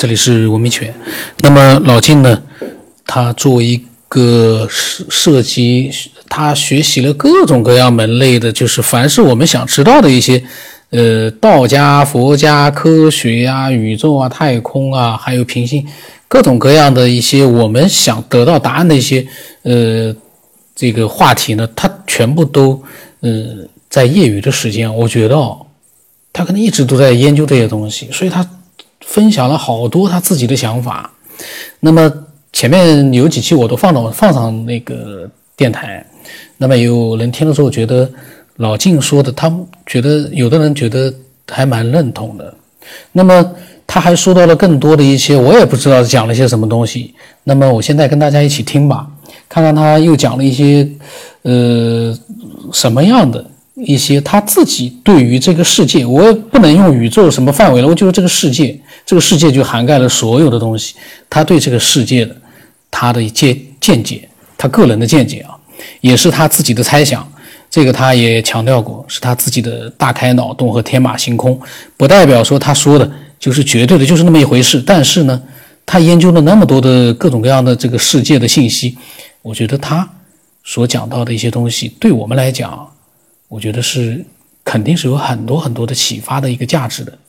这里是文明犬。那么老晋呢，他作为一个涉及他学习了各种各样门类的，就是凡是我们想知道的一些道家、佛家、科学啊、宇宙啊、太空啊，还有平行各种各样的一些我们想得到答案的一些这个话题呢，他全部都在业余的时间，我觉得他可能一直都在研究这些东西，所以他分享了好多他自己的想法。那么前面有几期我都放上那个电台，那么有人听了之后觉得老晋说的，他觉得有的人觉得还蛮认同的。那么他还说到了更多的一些，我也不知道讲了些什么东西。那么我现在跟大家一起听吧，看看他又讲了一些什么样的一些他自己对于这个世界，我也不能用宇宙什么范围了，我觉得这个世界就涵盖了所有的东西。他对这个世界的他的见解，他个人的见解也是他自己的猜想。这个他也强调过，是他自己的大开脑洞和天马行空，不代表说他说的就是绝对的，就是那么一回事。但是呢，他研究了那么多的各种各样的这个世界的信息，我觉得他所讲到的一些东西，对我们来讲，我觉得是肯定是有很多很多的启发的一个价值的。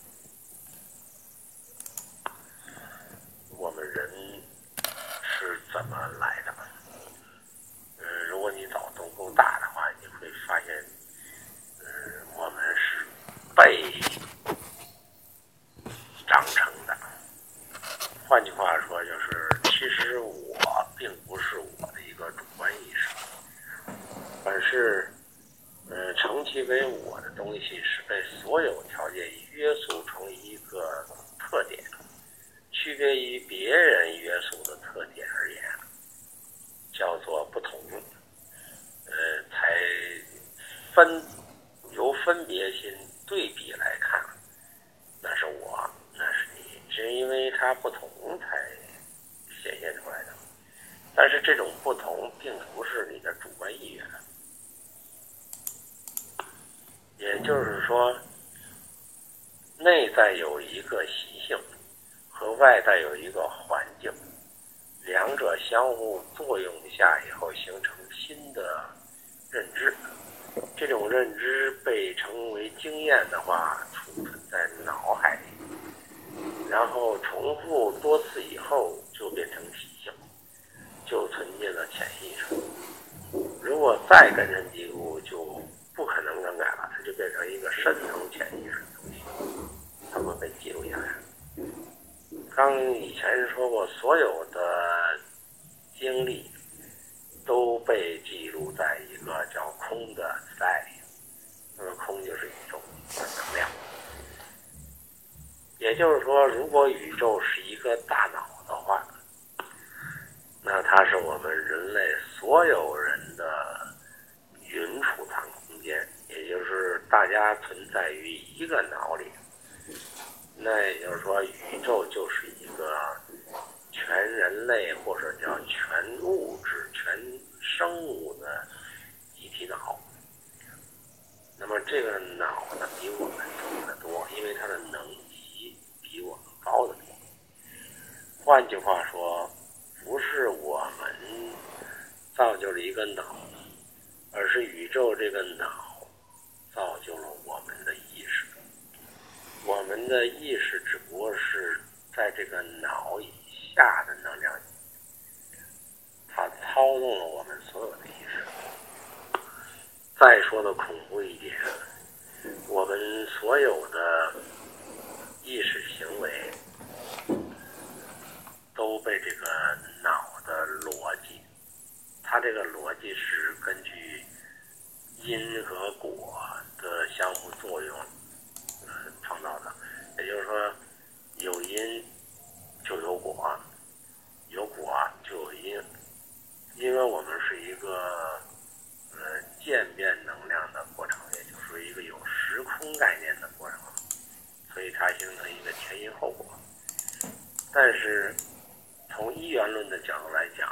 我们人是怎么来的？如果你脑洞够大的话，你会发现，我们是被长成的。换句话说，就是其实我并不是我的一个主观意识，而是成其为我的东西是被所有条件约束成一个特点，区别于别人约束的特点而言，叫做不同，才由分别心对比来看，那是我，那是你，是因为它不同才显现出来的。但是这种不同并不是你的主观意愿，也就是说，内在有一个习性和外在有一个环境，两者相互作用下以后形成新的认知。这种认知被称为经验的话，储存在脑海里，然后重复多次以后就变成习性，就存进了潜意识。如果再根深蒂固，就不可能更改了，它就变成一个深层潜意识的东西，它会被记录下来。刚以前说过，所有的经历都被记录在一个叫空的时代里，那么空就是宇宙的能量。也就是说，如果宇宙是一个大脑的话，那它是我们人类所有人的云储藏空间，也就是大家存在于一个脑里。那也就是说，宇宙就是一个全人类或者叫全物质、全生物的一体脑。那么这个脑呢，比我们重得多，因为它的能级比我们高得多。换句话说，不是我们造就了一个脑，而是宇宙这个脑造就了我们的意识。我们的意识只不过是在这个脑以下的能量，它操纵了我们所有的意识。再说的恐怖一点，我们所有的意识行为都被这个脑的逻辑，它这个逻辑是根据因和果的相互作用创造的。也就是说，有因就有果，有果就有因。因为我们是一个渐变能量的过程，也就是一个有时空概念的过程，所以它形成一个前因后果。但是从一元论的角度来讲，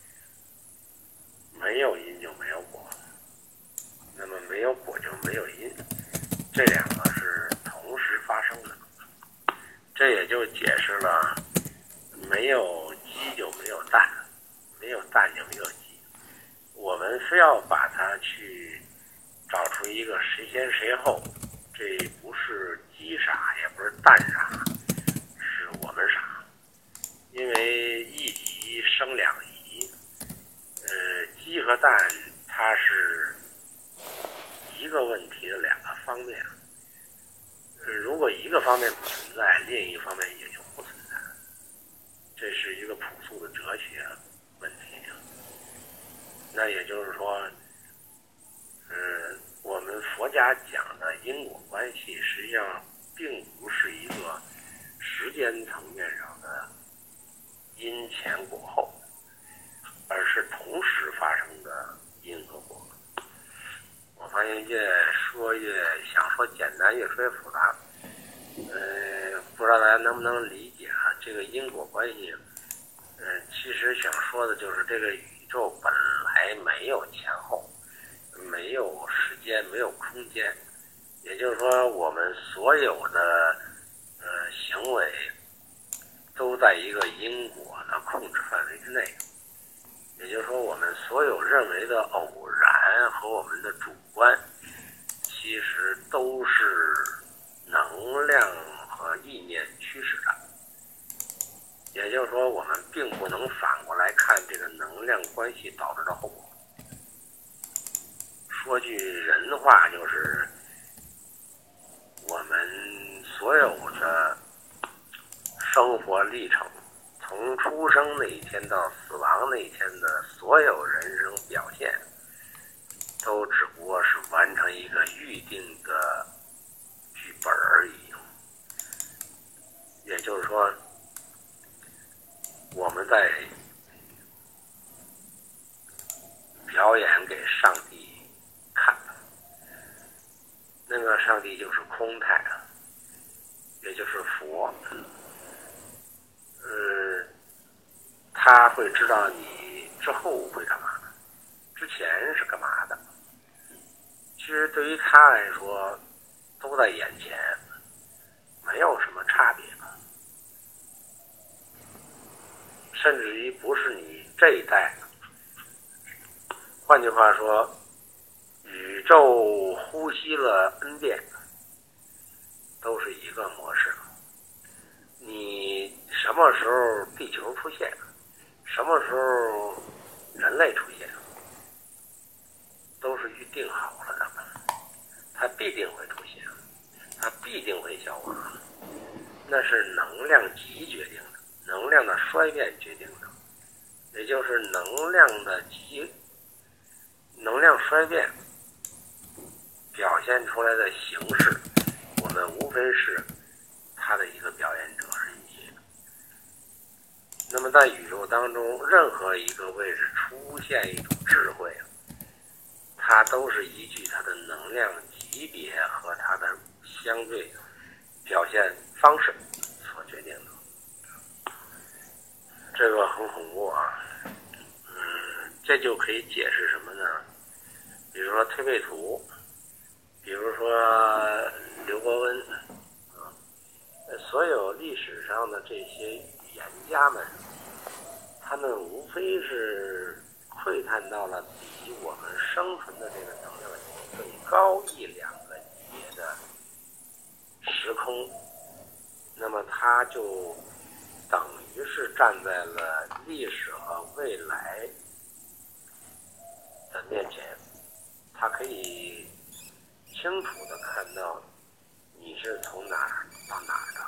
没有因就没有果，那么没有果就没有因，这两个是同时发生的。 这也就解释了没有鸡就没有蛋，没有蛋就没有鸡。我们非要把它去找出一个谁先谁后，这不是鸡傻，也不是蛋傻，是我们傻。因为一鸡生两仪，鸡和蛋它是一个问题的两个方面。如果一个方面不存在，另一方面也就不存在，这是一个朴素的哲学问题。那也就是说，我们佛家讲的因果关系，实际上并不是一个时间层面上的因前果后，而是同时发生的因和果。我发现越说越想说简单，越说越复杂。不知道大家能不能理解啊？这个因果关系，其实想说的就是这个宇宙本来没有前后，没有时间，没有空间。也就是说，我们所有的行为都在一个因果的控制范围之内。也就是说，我们所有认为的偶然和我们的主观，其实都是能量和意念驱使的。也就是说，我们并不能反过来看这个能量关系导致的后果。说句人话，就是我们所有的生活历程，从出生那一天到死亡那一天的所有人生表现，都只不过是完成一个预定的剧本而已。也就是说，我们在表演给上帝看，那个上帝就是空态，也就是佛。他会知道你之后会干嘛，之前是干嘛的。其实对于他来说，都在眼前，没有什么差别。甚至于不是你这一代。换句话说，宇宙呼吸了 N 遍，都是一个模式。你什么时候地球出现，什么时候人类出现，都是预定好了的。它必定会出现，它必定会消亡，那是能量级决定的，能量的衰变决定的。也就是能量的能量衰变表现出来的形式，我们无非是它的一个表演者而已。那么在宇宙当中，任何一个位置出现一种智慧，它都是依据它的能量级别和它的相对表现方式所决定的。这个很恐怖啊。这就可以解释什么呢？比如说推背图，比如说刘伯温，所有历史上的这些语言家们，他们无非是窥探到了比我们生存的这个能量更高一两个级别的时空，那么他就等于是站在了历史和未来的面前，他可以清楚地看到你是从哪儿到哪儿的，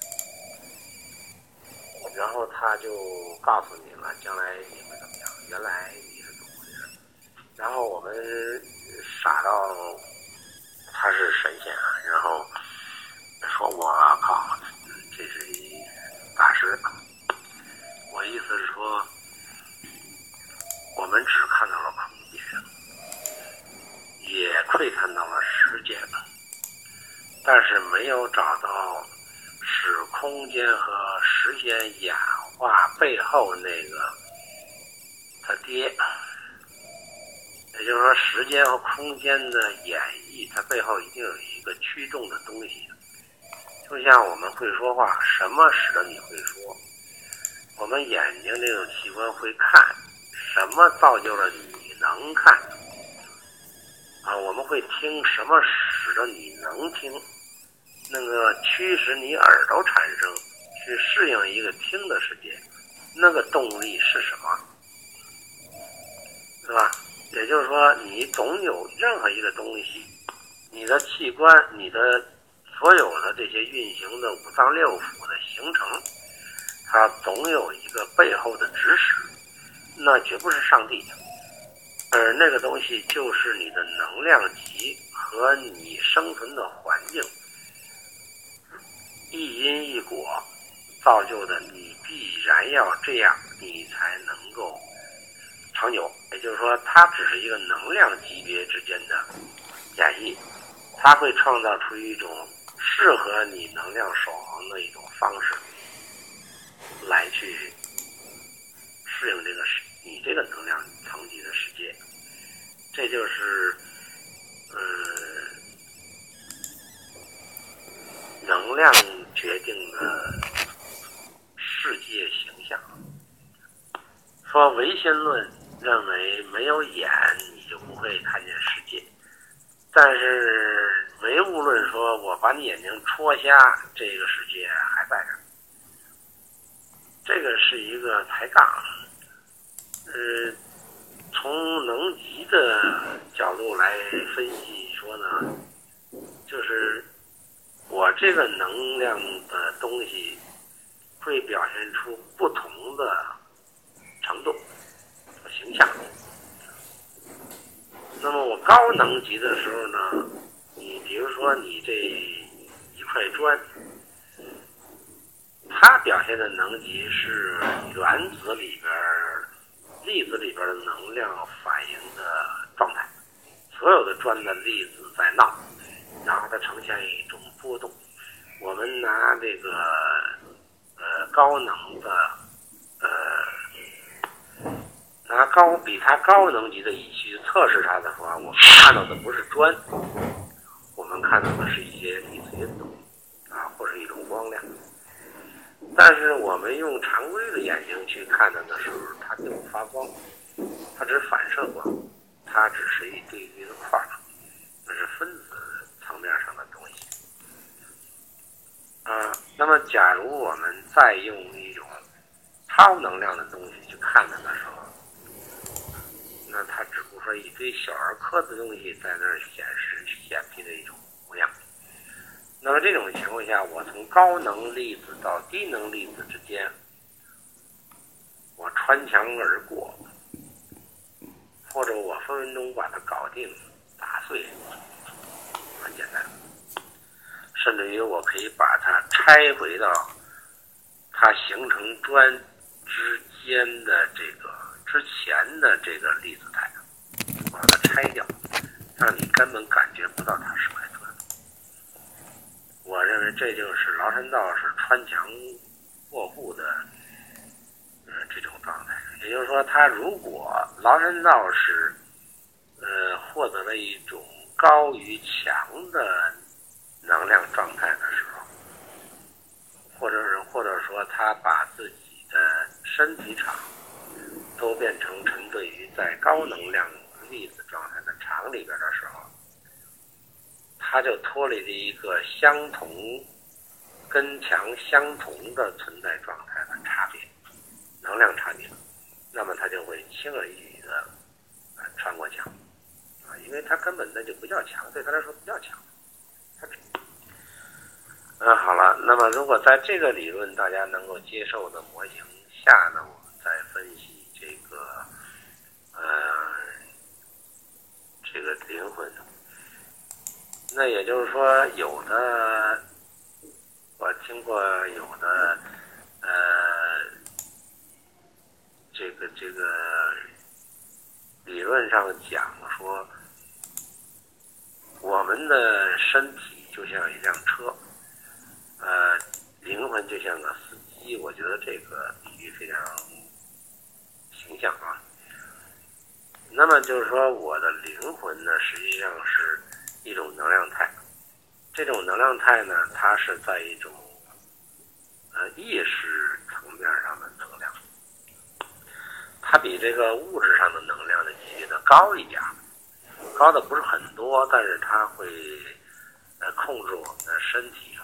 然后他就告诉你了将来你会怎么样，原来你是怎么回事。然后我们傻到他是神仙啊，然后说我靠，这是一大师。我意思是说，我们只看到了空间，也窥探到了时间，但是没有找到使空间和时间演化背后那个他爹。也就是说，时间和空间的演绎，它背后一定有一个驱动的东西， 就像我们会说话，什么使得你会说？我们眼睛这种器官会看，什么造就了你能看？我们会听，什么使得你能听？那个驱使你耳朵产生，去适应一个听的世界，那个动力是什么？是吧？也就是说，你总有任何一个东西，你的器官，你的所有的这些运行的五脏六腑的形成，它总有一个背后的指使，那绝不是上帝，而那个东西就是你的能量级和你生存的环境，一因一果造就的，你必然要这样，你才能够长久。也就是说，它只是一个能量级别之间的演绎，它会创造出一种适合你能量守恒的一种方式，来去适应这个你这个能量层级的世界。这就是能量决定的世界形象。说唯心论认为没有眼你就不会看见世界，但是唯物论说我把你眼睛戳瞎，这个世界还在这儿。这个是一个抬杠。从能级的角度来分析说呢，就是我这个能量的东西会表现出不同的程度和形象。那么我高能级的时候呢，你比如说你这一块砖，它表现的能级是原子里边粒子里边的能量反应的状态，所有的砖的粒子在闹，然后它呈现一种波动。我们拿这个高能的比它高能级的仪器测试它的话，我们看到的不是砖，我们看到的是一些粒子运动或是一种光亮。但是我们用常规的眼睛去看它的时候，它并不发光，它只反射光，它只是一堆堆的块，那是分子层面上的东西。那么假如我们再用一种超能量的东西去看它的时候，那它只不过说一堆小儿科的东西在那儿显披的一种模样。那么这种情况下，我从高能粒子到低能粒子之间，我穿墙而过，或者我分分钟把它搞定打碎，很简单。甚至于我可以把它拆回到它形成砖之间的这个之前的这个粒子态，把它拆掉，让你根本感觉不到它是块砖。我认为这就是崂山道士穿墙过户的这种状态。也就是说，他如果崂山道士获得了一种高于强的能量状态的时候，或者说他把自己的身体场都变成沉醉于在高能量粒子状态的场里边的时候，它就脱离了一个相同跟墙相同的存在状态的差别，能量差别，那么它就会轻而易举的穿过墙因为它根本那就不叫墙，对它来说不叫墙。好了，那么如果在这个理论大家能够接受的模型下呢，我们再分析这个灵魂。那也就是说，有的我听过有的这个理论上讲说，我们的身体就像一辆车，灵魂就像个司机。我觉得这个比喻非常形象那么就是说，我的灵魂呢，实际上是一种能量态， 这种能量态呢，它是在一种意识层面上的能量，它比这个物质上的能量的级别呢高一点，高的不是很多，但是它会控制我们的身体。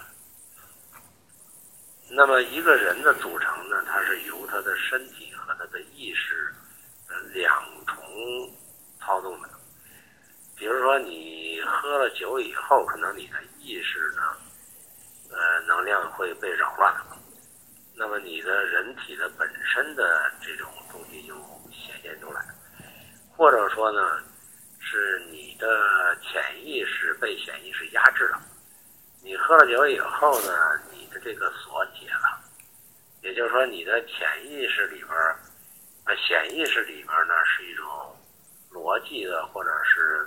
那么一个人的组成呢，它是由他的身体和他的意识两重操纵的。比如说你喝了酒以后，可能你的意识呢能量会被扰乱，那么你的人体的本身的这种东西就显现出来，或者说呢是你的潜意识被显意识压制了。你喝了酒以后呢，你的这个锁解了，也就是说你的潜意识里边显意识里边呢是一种逻辑的或者是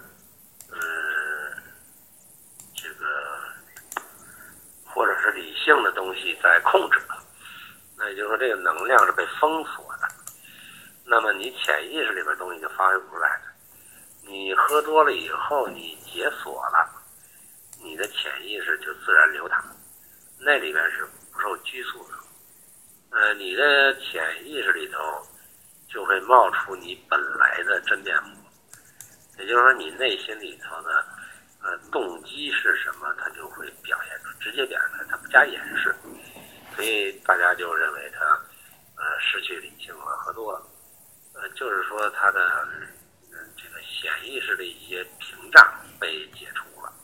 这个或者是理性的东西在控制了，那也就是说这个能量是被封锁的，那么你潜意识里边东西就发挥不出来了。你喝多了以后你解锁了，你的潜意识就自然流淌，那里边是不受拘束的。你的潜意识里头就会冒出你本来的真面目，也就是说你内心里头的动机是什么，它就会表现出，直接表现出来，它不加掩饰，所以大家就认为他失去理性了，喝多了，就是说他的这个显意识的一些屏障被解除了。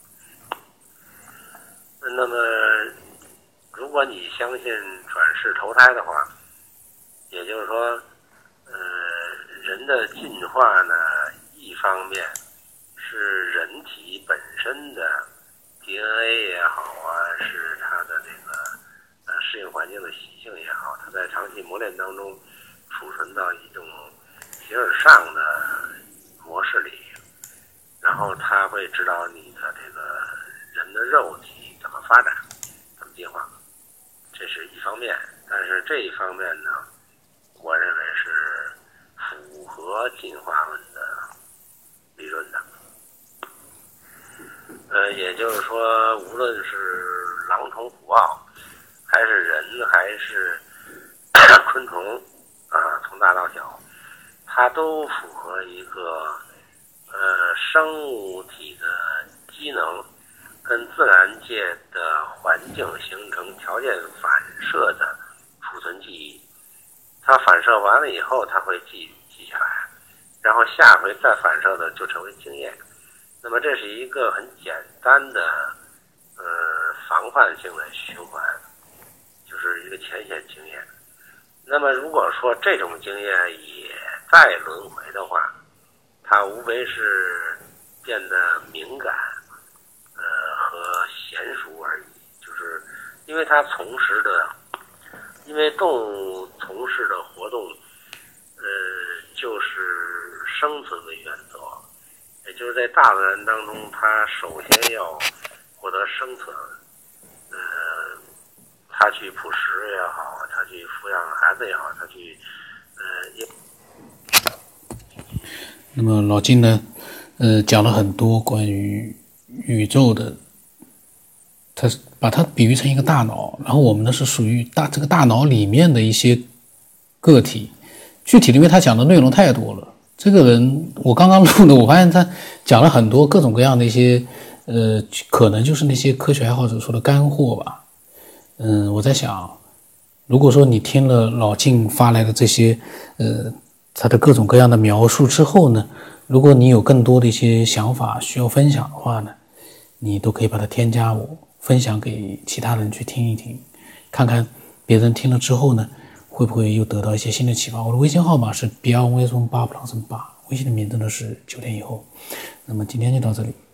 那么如果你相信转世投胎的话，也就是说人的进化呢，一方面是人体本身的 DNA 也好是它的这个适应环境的习性也好，它在长期磨练当中储存到一种形而上的模式里，然后它会指导你的这个人的肉体怎么发展怎么进化，这是一方面。但是这一方面呢，我认为是符合进化论的理论的。也就是说无论是狼虫虎豹还是人还是昆虫从大到小，它都符合一个生物体的机能跟自然界的环境形成条件反射的储存记忆。它反射完了以后，它会记下来，然后下回再反射的就成为经验。那么这是一个很简单的防范性的循环，就是一个浅显经验。那么如果说这种经验也再轮回的话，它无非是变得敏感和娴熟而已，就是因为它从事的，因为动物从事的活动就是生存为原则，也就是在大自然当中，它首先要获得生存，他去捕食也好，他去抚养孩子也好，他去那么老金呢讲了很多关于宇宙的，他把它比喻成一个大脑，然后我们呢是属于这个大脑里面的一些个体。具体因为他讲的内容太多了，这个人我刚刚录的，我发现他讲了很多各种各样的一些可能就是那些科学爱好者说的干货吧。我在想，如果说你听了老静发来的这些他的各种各样的描述之后呢，如果你有更多的一些想法需要分享的话呢，你都可以把它添加我，分享给其他人去听一听，看看别人听了之后呢会不会又得到一些新的启发。我的微信号码是 beyond8+8， 微信的名字呢是9天以后。那么今天就到这里。